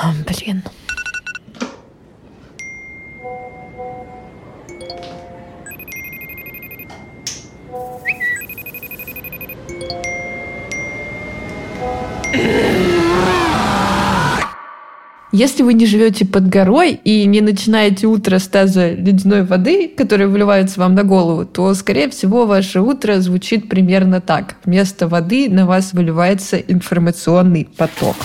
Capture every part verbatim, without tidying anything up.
Блин. Если вы не живете под горой и не начинаете утро с таза ледяной воды, которая выливается вам на голову, то, скорее всего, ваше утро звучит примерно так. Вместо воды на вас выливается информационный поток.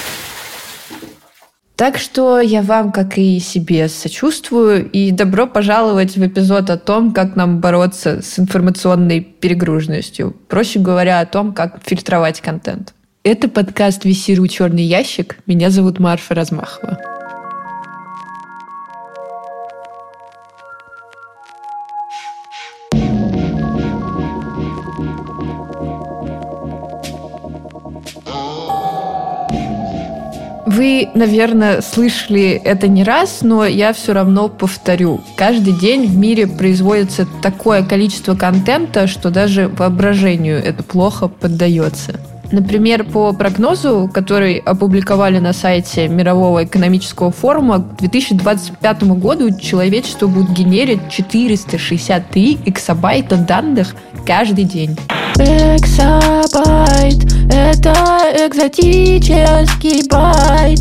Так что я вам, как и себе, сочувствую, и добро пожаловать в эпизод о том, как нам бороться с информационной перегруженностью. Проще говоря, о том, как фильтровать контент. Это подкаст «Висирую черный ящик». Меня зовут Марфа Размахова. Вы, наверное, слышали это не раз, но я все равно повторю. Каждый день в мире производится такое количество контента, что даже воображению это плохо поддается. Например, по прогнозу, который опубликовали на сайте Мирового экономического форума, к две тысячи двадцать пятому году человечество будет генерить четыреста шестьдесят три эксабайта данных каждый день. Эксабайт – это экзотический байт.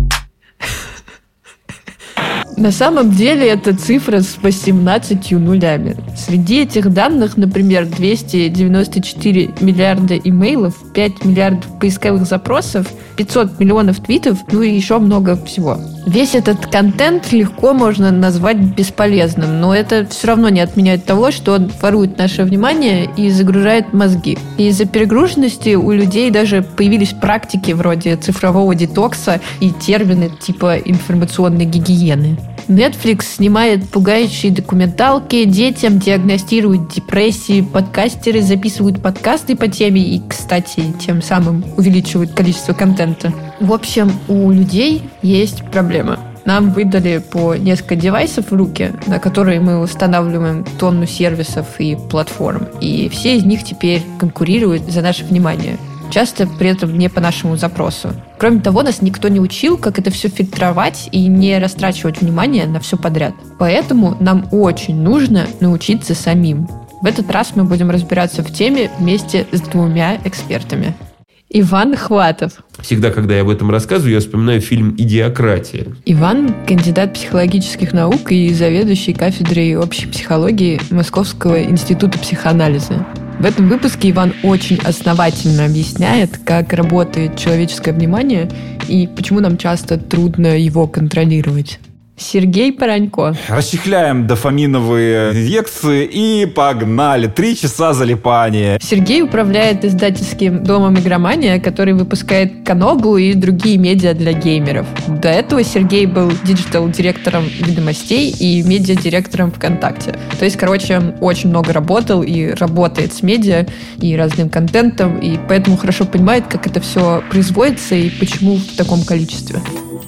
На самом деле это цифра с восемнадцатью нулями. Среди этих данных, например, двести девяносто четыре миллиарда имейлов, пять миллиардов поисковых запросов, пятьсот миллионов твитов, ну и еще много всего. Весь этот контент легко можно назвать бесполезным, но это все равно не отменяет того, что он ворует наше внимание и загружает мозги. И из-за перегруженности у людей даже появились практики вроде цифрового детокса и термины типа информационной гигиены. Netflix снимает пугающие документалки, детям диагностируют депрессии, подкастеры записывают подкасты по теме и, кстати, тем самым увеличивают количество контента. В общем, у людей есть проблема. Нам выдали по несколько девайсов в руки, на которые мы устанавливаем тонну сервисов и платформ. И все из них теперь конкурируют за наше внимание. Часто при этом не по нашему запросу. Кроме того, нас никто не учил, как это все фильтровать и не растрачивать внимание на все подряд. Поэтому нам очень нужно научиться самим. В этот раз мы будем разбираться в теме вместе с двумя экспертами. Иван Хватов. Всегда, когда я об этом рассказываю, я вспоминаю фильм «Идиократия». Иван – кандидат психологических наук и заведующий кафедрой общей психологии Московского института психоанализа. В этом выпуске Иван очень основательно объясняет, как работает человеческое внимание и почему нам часто трудно его контролировать. Сергей Паранько. Расчехляем дофаминовые инъекции и погнали. Три часа залипания. Сергей управляет издательским домом «Игромания», который выпускает Канобу и другие медиа для геймеров. До этого Сергей был диджитал-директором «Ведомостей» и медиа-директором ВКонтакте. То есть, короче, он очень много работал и работает с медиа и разным контентом, и поэтому хорошо понимает, как это все производится и почему в таком количестве.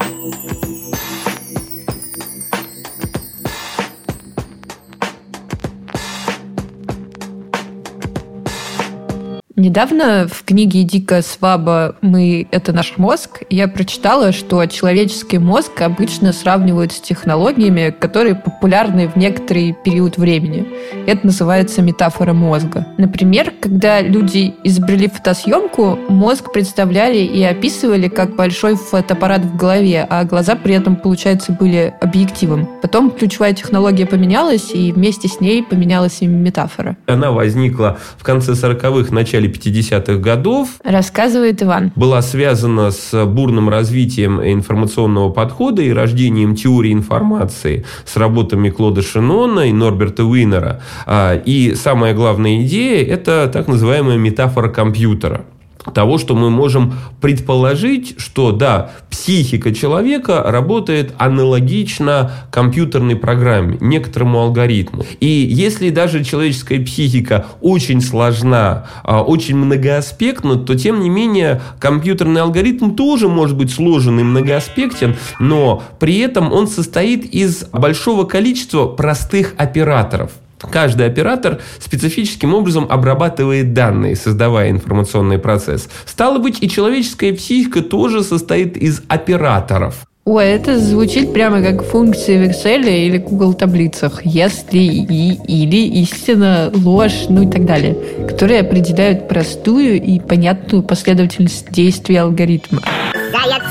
Недавно в книге Дика Сваба «Мы – это наш мозг» я прочитала, что человеческий мозг обычно сравнивают с технологиями, которые популярны в некоторый период времени. Это называется метафора мозга. Например, когда люди изобрели фотосъемку, мозг представляли и описывали как большой фотоаппарат в голове, а глаза при этом, получается, были объективом. Потом ключевая технология поменялась, и вместе с ней поменялась и метафора. Она возникла в конце сороковых, начале пятидесятых годов. Рассказывает Иван. Была связана с бурным развитием информационного подхода и рождением теории информации с работами Клода Шеннона и Норберта Уинера. И самая главная идея – это так называемая метафора компьютера. Того, что мы можем предположить, что, да, психика человека работает аналогично компьютерной программе, некоторому алгоритму. И если даже человеческая психика очень сложна, очень многоаспектна, то, тем не менее, компьютерный алгоритм тоже может быть сложен и многоаспектен, но при этом он состоит из большого количества простых операторов. Каждый оператор специфическим образом обрабатывает данные, создавая информационный процесс. Стало быть, и человеческая психика тоже состоит из операторов. Ой, это звучит прямо как функции в Excel или Google таблицах. Если, и, или, истина, ложь, ну и так далее, которые определяют простую и понятную последовательность действий алгоритма. Заяц,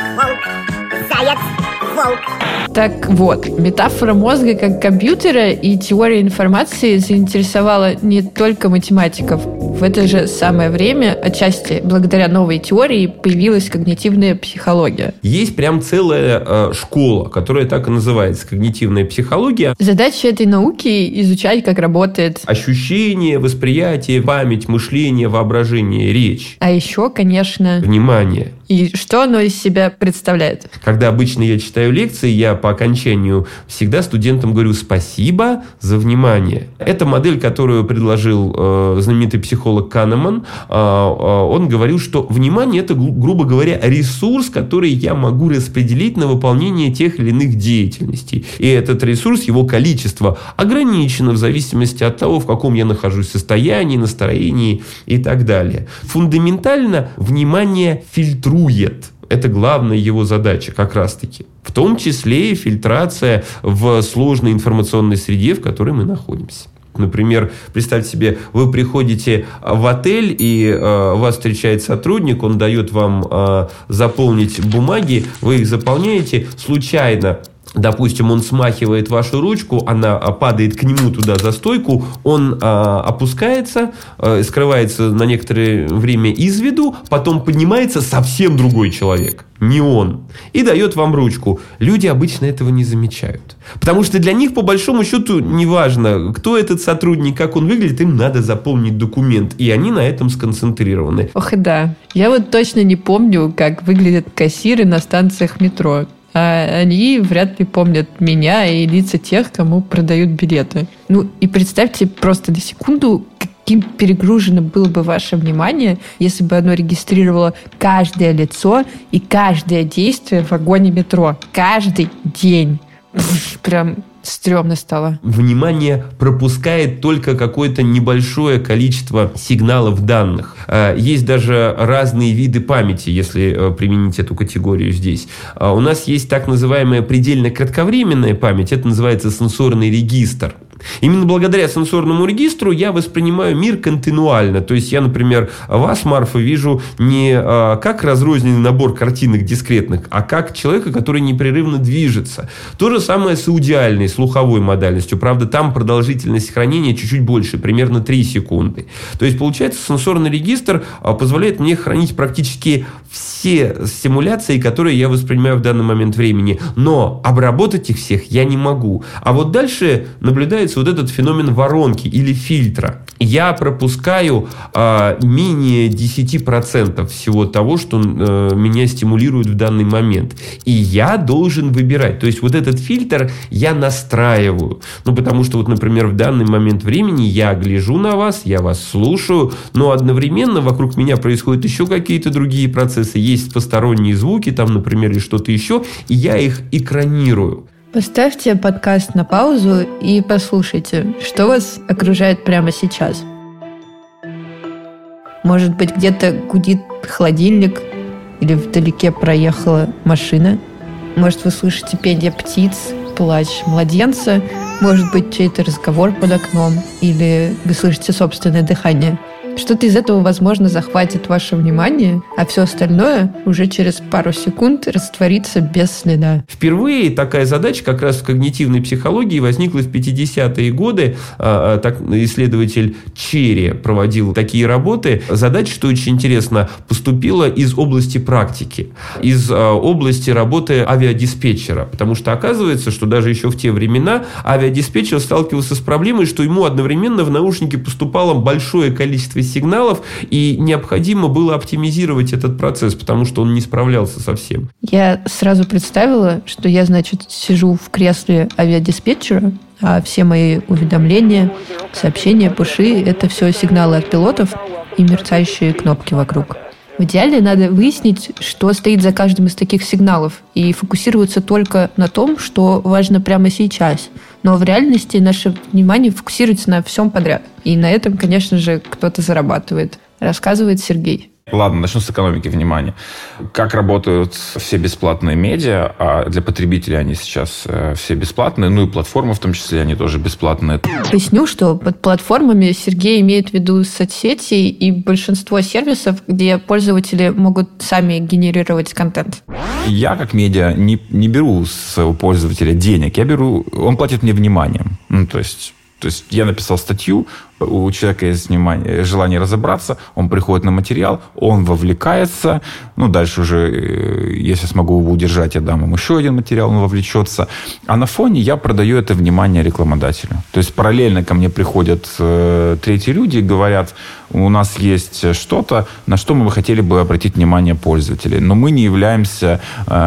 волк, заяц, волк. Так вот, метафора мозга как компьютера и теория информации заинтересовала не только математиков. В это же самое время, отчасти благодаря новой теории, появилась когнитивная психология. Есть прям целая э, школа, которая так и называется, когнитивная психология. Задача этой науки – изучать, как работает ощущение, восприятие, память, мышление, воображение, речь. А еще, конечно, внимание. И что оно из себя представляет? Когда обычно я читаю лекции, я по окончанию всегда студентам говорю спасибо за внимание. Это модель, которую предложил э, знаменитый психолог Канеман. Э, э, он говорил, что внимание – это, грубо говоря, ресурс, который я могу распределить на выполнение тех или иных деятельностей. И этот ресурс, его количество ограничено в зависимости от того, в каком я нахожусь состоянии, настроении и так далее. Фундаментально внимание фильтрует. Это главная его задача как раз-таки. В том числе и фильтрация в сложной информационной среде, в которой мы находимся. Например, представьте себе, вы приходите в отель, и э, вас встречает сотрудник, он дает вам э, заполнить бумаги, вы их заполняете случайно. Допустим, он смахивает вашу ручку, она падает к нему туда за стойку, он а, опускается, а, скрывается на некоторое время из виду, потом поднимается совсем другой человек, не он, и дает вам ручку. Люди обычно этого не замечают. Потому что для них, по большому счету, неважно, кто этот сотрудник, как он выглядит, им надо заполнить документ, и они на этом сконцентрированы. Ох, да. Я вот точно не помню, как выглядят кассиры на станциях метро. А они вряд ли помнят меня и лица тех, кому продают билеты. Ну и представьте просто на секунду, каким перегруженным было бы ваше внимание, если бы оно регистрировало каждое лицо и каждое действие в вагоне метро. Каждый день. Прям стрёмно стало. Внимание пропускает только какое-то небольшое количество сигналов данных. Есть даже разные виды памяти, если применить эту категорию здесь. У нас есть так называемая предельно кратковременная память, это называется сенсорный регистр. Именно благодаря сенсорному регистру я воспринимаю мир континуально. То есть я, например, вас, Марфа, вижу не а, как разрозненный набор картинок дискретных, а как человека, который непрерывно движется. То же самое с аудиальной, слуховой модальностью. Правда, там продолжительность хранения чуть-чуть больше, примерно три секунды. То есть, получается, сенсорный регистр а, позволяет мне хранить практически все стимуляции, которые я воспринимаю в данный момент времени. Но обработать их всех я не могу. А вот дальше наблюдается вот этот феномен воронки или фильтра. Я пропускаю э, менее десять процентов всего того, что э, меня стимулирует в данный момент. И я должен выбирать. То есть, вот этот фильтр я настраиваю. Ну, потому что, вот, например, в данный момент времени я гляжу на вас, я вас слушаю, но одновременно вокруг меня происходят еще какие-то другие процессы. Есть посторонние звуки, там, например, или что-то еще, и я их экранирую. Поставьте подкаст на паузу и послушайте, что вас окружает прямо сейчас. Может быть, где-то гудит холодильник или вдалеке проехала машина. Может, вы слышите пение птиц, плач младенца. Может быть, чей-то разговор под окном. Или вы слышите собственное дыхание. Что-то из этого, возможно, захватит ваше внимание, а все остальное уже через пару секунд растворится без следа. Впервые такая задача как раз в когнитивной психологии возникла в пятидесятые годы. Так, исследователь Черри проводил такие работы. Задача, что очень интересно, поступила из области практики, из области работы авиадиспетчера. Потому что оказывается, что даже еще в те времена авиадиспетчер сталкивался с проблемой, что ему одновременно в наушники поступало большое количество сигналов, и необходимо было оптимизировать этот процесс, потому что он не справлялся совсем. Я сразу представила, что я, значит, сижу в кресле авиадиспетчера, а все мои уведомления, сообщения, пуши — это все сигналы от пилотов и мерцающие кнопки вокруг. В идеале надо выяснить, что стоит за каждым из таких сигналов, и фокусироваться только на том, что важно прямо сейчас. Но в реальности наше внимание фокусируется на всем подряд. И на этом, конечно же, кто-то зарабатывает. Рассказывает Сергей. Ладно, начну с экономики внимания. Как работают все бесплатные медиа, а для потребителей они сейчас все бесплатные, ну и платформы в том числе, они тоже бесплатные. Поясню, что под платформами Сергей имеет в виду соцсети и большинство сервисов, где пользователи могут сами генерировать контент. Я, как медиа, не, не беру с своего пользователя денег, я беру, он платит мне вниманием. Ну, то есть... То есть я написал статью, у человека есть внимание, желание разобраться, он приходит на материал, он вовлекается, ну, дальше уже, если смогу его удержать, я дам ему еще один материал, он вовлечется. А на фоне я продаю это внимание рекламодателю. То есть параллельно ко мне приходят э, третьи люди и говорят, у нас есть что-то, на что мы бы хотели бы обратить внимание пользователей, но мы не являемся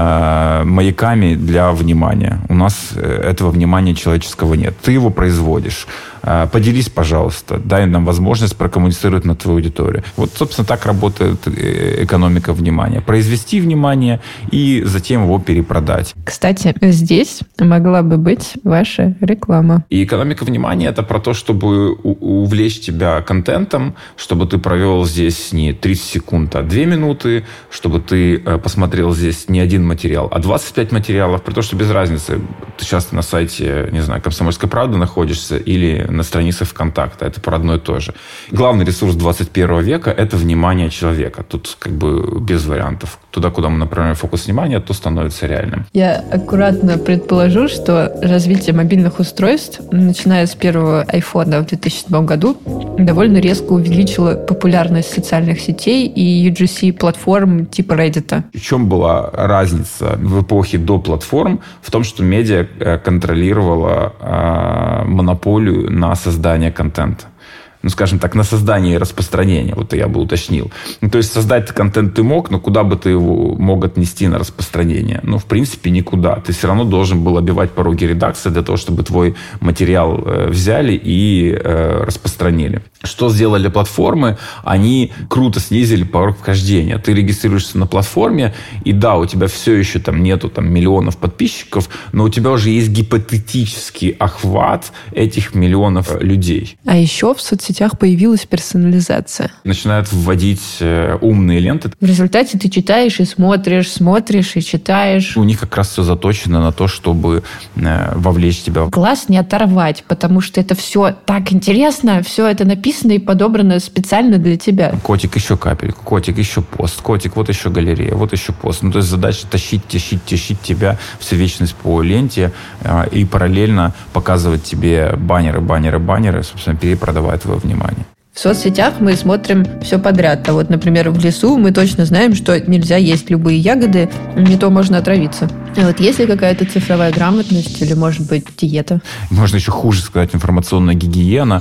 э, маяками для внимания. У нас этого внимания человеческого нет. Ты его производишь. Поделись, пожалуйста, дай нам возможность прокоммуницировать на твою аудиторию. Вот, собственно, так работает экономика внимания. Произвести внимание и затем его перепродать. Кстати, здесь могла бы быть ваша реклама. И экономика внимания – это про то, чтобы увлечь тебя контентом, чтобы ты провел здесь не тридцать секунд, а две минуты, чтобы ты посмотрел здесь не один материал, а двадцать пять материалов, при том, что без разницы. Ты часто на сайте, не знаю, «Комсомольской правды» находишься или на странице ВКонтакте. Это про одно и то же. Главный ресурс двадцать первого века – это внимание человека. Тут как бы без вариантов. Туда, куда мы направляем фокус внимания, то становится реальным. Я аккуратно предположу, что развитие мобильных устройств, начиная с первого айфона в две тысячи седьмом году, довольно резко увеличило популярность социальных сетей и ю джи си-платформ типа Reddit. В чем была разница в эпохе до платформ? В том, что медиа контролировала э, монополию на создание контента. Ну, скажем так, на создание и распространение. Вот я бы уточнил. Ну, то есть создать контент ты мог, но куда бы ты его мог отнести на распространение? Ну, в принципе, никуда. Ты все равно должен был обивать пороги редакции для того, чтобы твой материал э, взяли и э, распространили. Что сделали платформы? Они круто снизили порог вхождения. Ты регистрируешься на платформе, и да, у тебя все еще там нету там, миллионов подписчиков, но у тебя уже есть гипотетический охват этих миллионов людей. А еще в соцсетях появилась персонализация. Начинают вводить э, умные ленты. В результате ты читаешь и смотришь, смотришь и читаешь. У них как раз все заточено на то, чтобы э, вовлечь тебя. Глаз не оторвать, потому что это все так интересно, все это написано и подобрано специально для тебя. Котик, еще капельку, котик, еще пост, котик, вот еще галерея, вот еще пост. Ну, то есть задача тащить, тащить, тащить тебя всю вечность по ленте э, и параллельно показывать тебе баннеры, баннеры, баннеры, собственно, перепродавая твое внимание. В соцсетях мы смотрим все подряд. А вот, например, в лесу мы точно знаем, что нельзя есть любые ягоды, не то можно отравиться. А вот есть ли какая-то цифровая грамотность или, может быть, диета? Можно еще хуже сказать, информационная гигиена.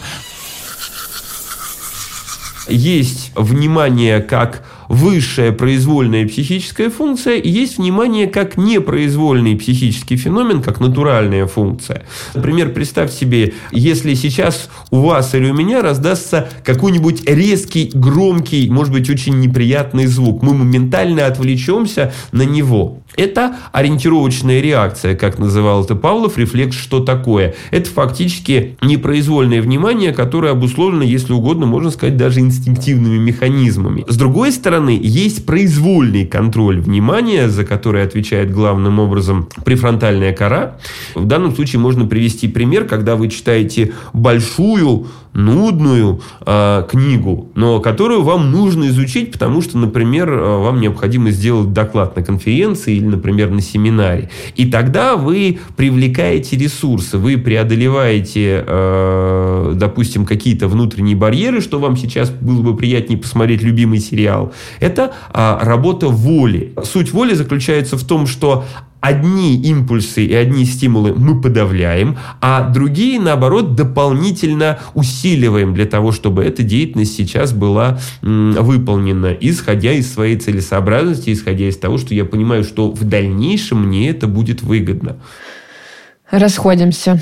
Есть внимание как высшая произвольная психическая функция, и есть внимание как непроизвольный психический феномен, как натуральная функция. Например, представь себе, если сейчас у вас или у меня раздастся какой-нибудь резкий, громкий, может быть, очень неприятный звук, мы моментально отвлечемся на него. Это ориентировочная реакция, как называл это Павлов, рефлекс «что такое?». Это фактически непроизвольное внимание, которое обусловлено, если угодно, можно сказать, даже инстинктивными механизмами. С другой стороны, есть произвольный контроль внимания, за который отвечает главным образом префронтальная кора. В данном случае можно привести пример, когда вы читаете большую, нудную э, книгу, но которую вам нужно изучить, потому что, например, вам необходимо сделать доклад на конференции или, например, на семинаре. И тогда вы привлекаете ресурсы, вы преодолеваете, э, допустим, какие-то внутренние барьеры, что вам сейчас было бы приятнее посмотреть любимый сериал. Это э, работа воли. Суть воли заключается в том, что одни импульсы и одни стимулы мы подавляем, а другие, наоборот, дополнительно усиливаем для того, чтобы эта деятельность сейчас была м, выполнена, исходя из своей целесообразности, исходя из того, что я понимаю, что в дальнейшем мне это будет выгодно. Расходимся.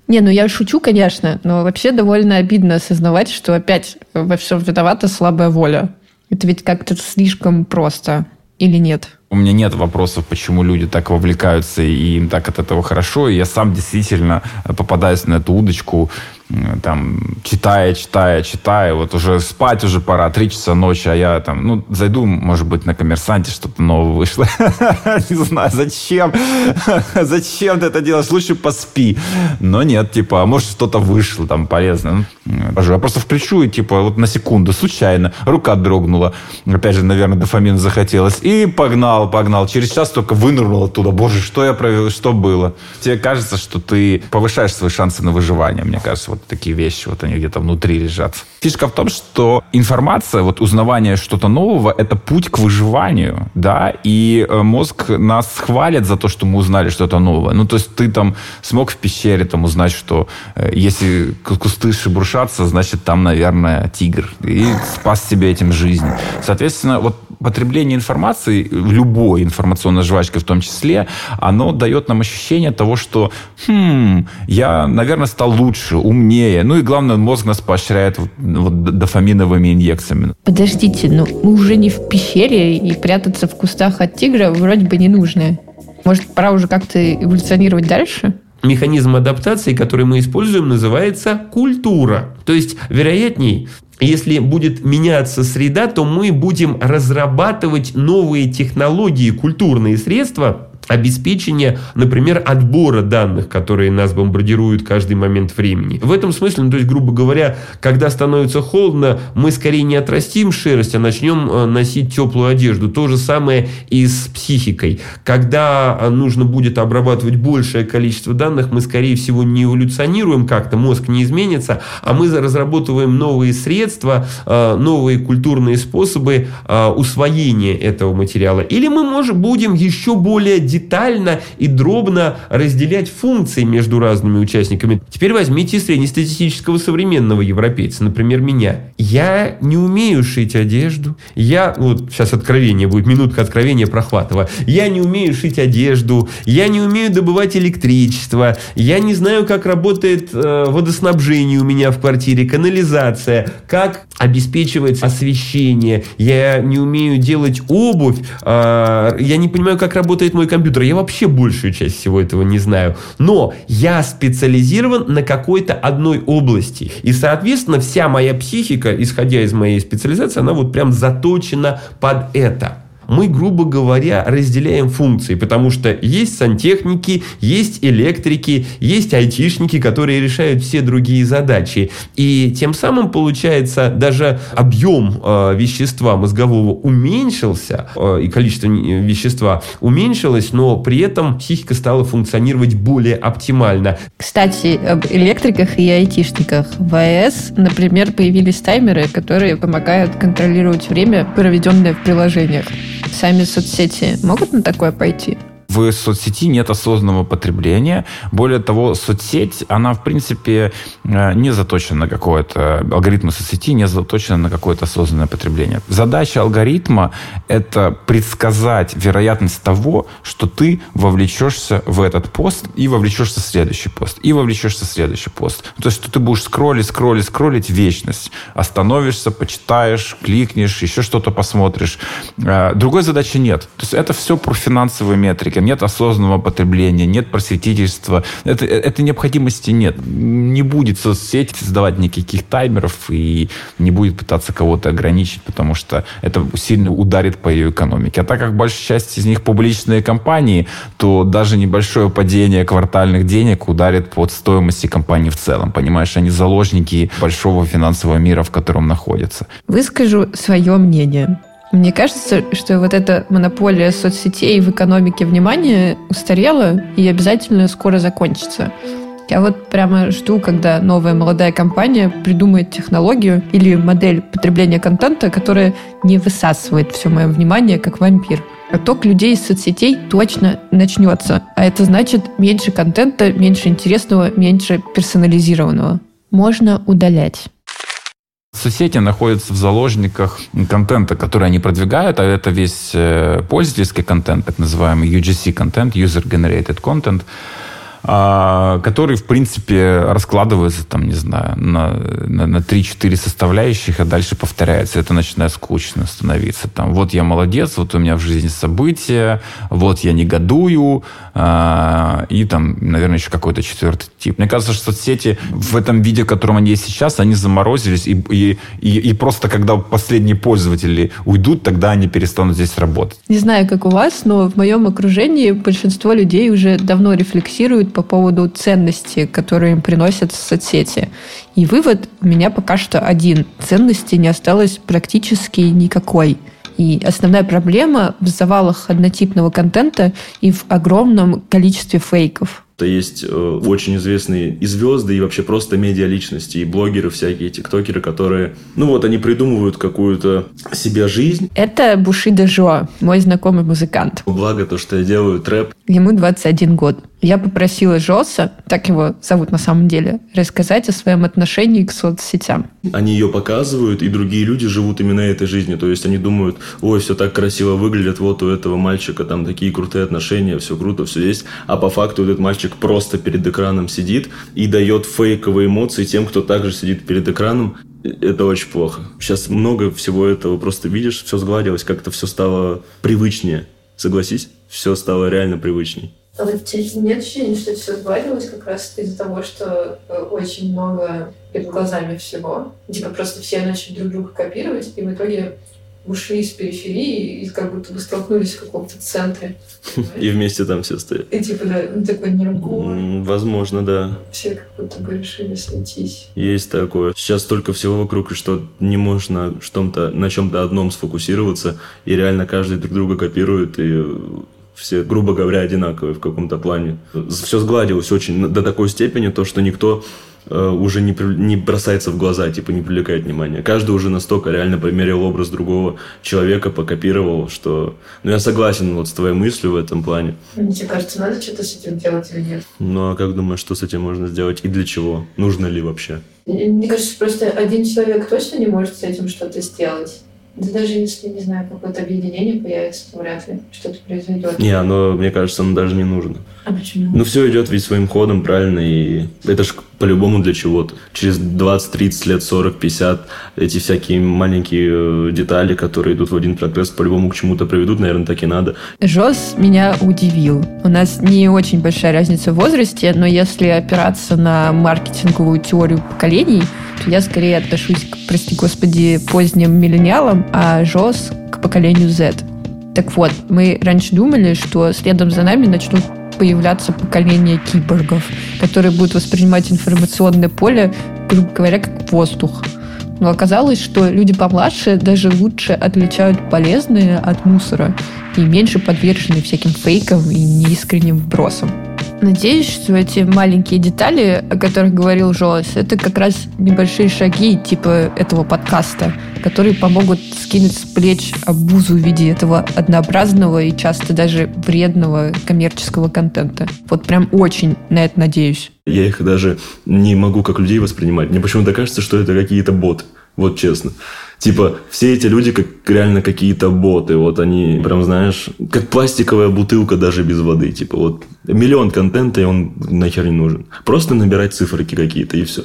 Не, ну я шучу, конечно, но вообще довольно обидно осознавать, что опять во всем виновата слабая воля. Это ведь как-то слишком просто, или нет? У меня нет вопросов, почему люди так вовлекаются, и им так от этого хорошо. И я сам действительно попадаюсь на эту удочку, там, читая, читая, читая. Вот уже спать уже пора, три часа ночи, а я там, ну, зайду, может быть, на «Коммерсанте» что-то новое вышло. Не знаю, зачем? Зачем ты это делаешь? Лучше поспи. Но нет, типа, а может, что-то вышло там полезное. Я просто включу и, типа, вот на секунду, случайно, рука дрогнула. Опять же, наверное, дофамин захотелось. И погнал. Погнал. Через час только вынырнул оттуда. Боже, что я провел, что было? Тебе кажется, что ты повышаешь свои шансы на выживание. Мне кажется, вот такие вещи, вот они где-то внутри лежат. Фишка в том, что информация, вот узнавание что-то нового, это путь к выживанию, да, и мозг нас хвалит за то, что мы узнали что-то новое. Ну, то есть ты там смог в пещере там узнать, что э, если кусты шебуршатся, значит, там, наверное, тигр. И спас себе этим жизнь. Соответственно, вот потребление информации, любой информационной жвачкой в том числе, оно дает нам ощущение того, что хм, я, наверное, стал лучше, умнее. Ну и главное, мозг нас поощряет вот, вот, дофаминовыми инъекциями. Подождите, ну мы уже не в пещере, и прятаться в кустах от тигра вроде бы не нужно. Может, пора уже как-то эволюционировать дальше? Механизм адаптации, который мы используем, называется культура. То есть, вероятней, если будет меняться среда, то мы будем разрабатывать новые технологии, культурные средства обеспечения, например, отбора данных, которые нас бомбардируют каждый момент времени. В этом смысле, ну, то есть, грубо говоря, когда становится холодно, мы скорее не отрастим шерсть, а начнем носить теплую одежду. То же самое и с психикой. Когда нужно будет обрабатывать большее количество данных, мы, скорее всего, не эволюционируем как-то, мозг не изменится, а мы разрабатываем новые средства, новые культурные способы усвоения этого материала. Или мы, может, будем еще более детально и дробно разделять функции между разными участниками. Теперь возьмите среднестатистического современного европейца, например, меня. Я не умею шить одежду. Я, вот сейчас откровение будет, минутка откровения Прохватова. Я не умею шить одежду. Я не умею добывать электричество. Я не знаю, как работает э, водоснабжение у меня в квартире, канализация, как обеспечивается освещение. Я не умею делать обувь. Э, я не понимаю, как работает мой компьютер. Я вообще большую часть всего этого не знаю. Но я специализирован на какой-то одной области. И, соответственно, вся моя психика, исходя из моей специализации, она вот прям заточена под это. Мы, грубо говоря, разделяем функции, потому что есть сантехники, есть электрики, есть айтишники, которые решают все другие задачи. И тем самым, получается, даже объем э, вещества мозгового уменьшился, э, и количество вещества уменьшилось, но при этом психика стала функционировать более оптимально. Кстати, об электриках и айтишниках. В iOS, например, появились таймеры, которые помогают контролировать время, проведенное в приложениях. Сами соцсети могут на такое пойти? В соцсети нет осознанного потребления. Более того, соцсеть, она, в принципе, не заточена на какое-то... Алгоритмы соцсети не заточены на какое-то осознанное потребление. Задача алгоритма – это предсказать вероятность того, что ты вовлечешься в этот пост и вовлечешься в следующий пост, и вовлечешься в следующий пост. То есть, что ты будешь скроллить, скроллить, скроллить вечность. Остановишься, почитаешь, кликнешь, еще что-то посмотришь. Другой задачи нет. То есть, это все про финансовые метрики. Нет осознанного потребления, нет просветительства. Это, это необходимости нет. Не будет соцсеть создавать никаких таймеров и не будет пытаться кого-то ограничить, потому что это сильно ударит по ее экономике. А так как большая часть из них публичные компании, то даже небольшое падение квартальных денег ударит по стоимости компании в целом. Понимаешь, они заложники большого финансового мира, в котором находятся. Выскажу свое мнение. Мне кажется, что вот эта монополия соцсетей в экономике внимания устарела и обязательно скоро закончится. Я вот прямо жду, когда новая молодая компания придумает технологию или модель потребления контента, которая не высасывает все мое внимание, как вампир. Отток людей из соцсетей точно начнется. А это значит меньше контента, меньше интересного, меньше персонализированного. Можно удалять. Соцсети находятся в заложниках контента, который они продвигают, а это весь пользовательский контент, так называемый ю джи си контент, User Generated Content. который, в принципе, раскладывается, там, не знаю, на, на, на три-четыре составляющих, а дальше повторяется. Это начинает скучно становиться. Там, вот я молодец, вот у меня в жизни события, вот я негодую, и там, наверное, еще какой-то четвертый тип. Мне кажется, что соцсети в этом виде, в котором они есть сейчас, они заморозились, и, и, и, и просто когда последние пользователи уйдут, тогда они перестанут здесь работать. Не знаю, как у вас, но в моем окружении большинство людей уже давно рефлексируют по поводу ценностей, которые им приносят соцсети. И вывод у меня пока что один. Ценности не осталось практически никакой. И основная проблема в завалах однотипного контента и в огромном количестве фейков. Есть э, очень известные и звезды, и вообще просто медиаличности, и блогеры всякие, тиктокеры, которые, ну вот, они придумывают какую-то себе жизнь. Это Бушидо Жо, мой знакомый музыкант. Благо то, что я делаю трэп. Ему двадцать один год. Я попросила Жоса, так его зовут на самом деле, рассказать о своем отношении к соцсетям. Они ее показывают, и другие люди живут именно этой жизнью. То есть они думают, ой, все так красиво выглядит, вот у этого мальчика там такие крутые отношения, все круто, все есть. А по факту этот мальчик просто перед экраном сидит и дает фейковые эмоции тем, кто также сидит перед экраном. Это очень плохо. Сейчас много всего этого просто видишь, все сгладилось, как-то все стало привычнее. Согласись? Все стало реально привычней. А вот нет ощущения, что это все сгладилось как раз из-за того, что очень много перед глазами всего. Типа просто все начали друг друга копировать, и в итоге ушли с периферии и как будто бы столкнулись в каком-то центре. И вместе там все стоят. И типа, да, такой нервный. Возможно, да. Все как будто бы решили сойтись. Есть такое. Сейчас столько всего вокруг, что не можно что-то, на чем-то одном сфокусироваться, и реально каждый друг друга копирует, и все, грубо говоря, одинаковые в каком-то плане. Все сгладилось очень до такой степени, то, что никто э, уже не, не бросается в глаза, типа не привлекает внимания. Каждый уже настолько реально померил образ другого человека, покопировал, что... Ну, я согласен вот с твоей мыслью в этом плане. Мне кажется, надо что-то с этим делать или нет? Ну, а как думаешь, что с этим можно сделать и для чего? Нужно ли вообще? Мне кажется, просто один человек точно не может с этим что-то сделать. Да даже если, не знаю, какое-то объединение появится, то вряд ли что-то произойдет. Не, оно, мне кажется, оно даже не нужно. А почему? Ну, все идет ведь своим ходом, правильно, и это ж по-любому для чего-то. Через двадцать, тридцать лет, сорок, пятьдесят эти всякие маленькие детали, которые идут в один прогресс, по-любому к чему-то приведут, наверное, так и надо. Жос меня удивил. У нас не очень большая разница в возрасте, но если опираться на маркетинговую теорию поколений, то я скорее отношусь к, прости господи, поздним миллениалам, а Жос к поколению Z. Так вот, мы раньше думали, что следом за нами начнут появляться поколения киборгов, которые будут воспринимать информационное поле, грубо говоря, как воздух. Но оказалось, что люди помладше даже лучше отличают полезное от мусора и меньше подвержены всяким фейкам и неискренним вбросам. Надеюсь, что эти маленькие детали, о которых говорил Жос, это как раз небольшие шаги типа этого подкаста, которые помогут скинуть с плеч обузу в виде этого однообразного и часто даже вредного коммерческого контента. Вот прям очень на это надеюсь. Я их даже не могу как людей воспринимать. Мне почему-то кажется, что это какие-то боты. Вот честно. Типа, все эти люди как реально какие-то боты. Вот они, прям, знаешь, как пластиковая бутылка даже без воды. Типа, вот миллион контента, и он нахер не нужен. Просто набирать циферки какие-то, и все.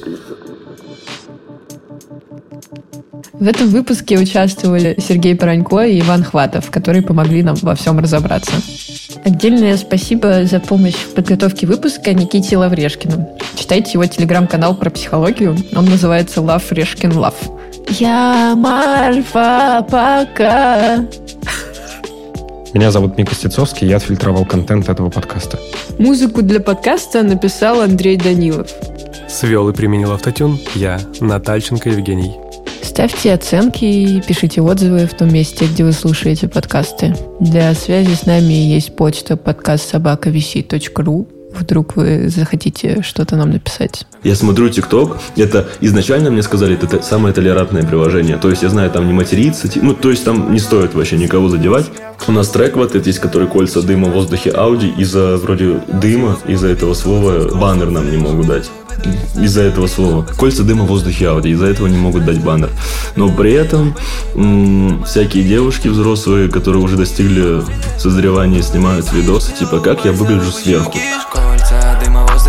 В этом выпуске участвовали Сергей Поронько и Иван Хватов, которые помогли нам во всем разобраться. Отдельное спасибо за помощь в подготовке выпуска Никите Лаврешкину. Читайте его телеграм-канал про психологию. Он называется Love Решкин Love. Я Марфа, пока. Меня зовут Мика Стецовский, я отфильтровал контент этого подкаста. Музыку для подкаста написал Андрей Данилов. Свел и применил автотюн я, Натальченко Евгений. Ставьте оценки и пишите отзывы в том месте, где вы слушаете подкасты. Для связи с нами есть почта подкаст собака ви си точка ру. Вдруг вы захотите что-то нам написать. Я смотрю ТикТок, это изначально мне сказали, это самое толерантное приложение. То есть я знаю, там не материться, ну то есть там не стоит вообще никого задевать. У нас трек вот этот есть, который «Кольца дыма в воздухе Ауди». Из-за вроде дыма, из-за этого слова баннер нам не могут дать. Из-за этого слова. «Кольца дыма в воздухе Ауди». Из-за этого не могут дать баннер. Но при этом м- всякие девушки взрослые, которые уже достигли созревания, снимают видосы, типа «Как я выгляжу сверху».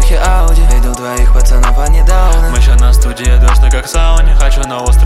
как в сауне, хочу на остров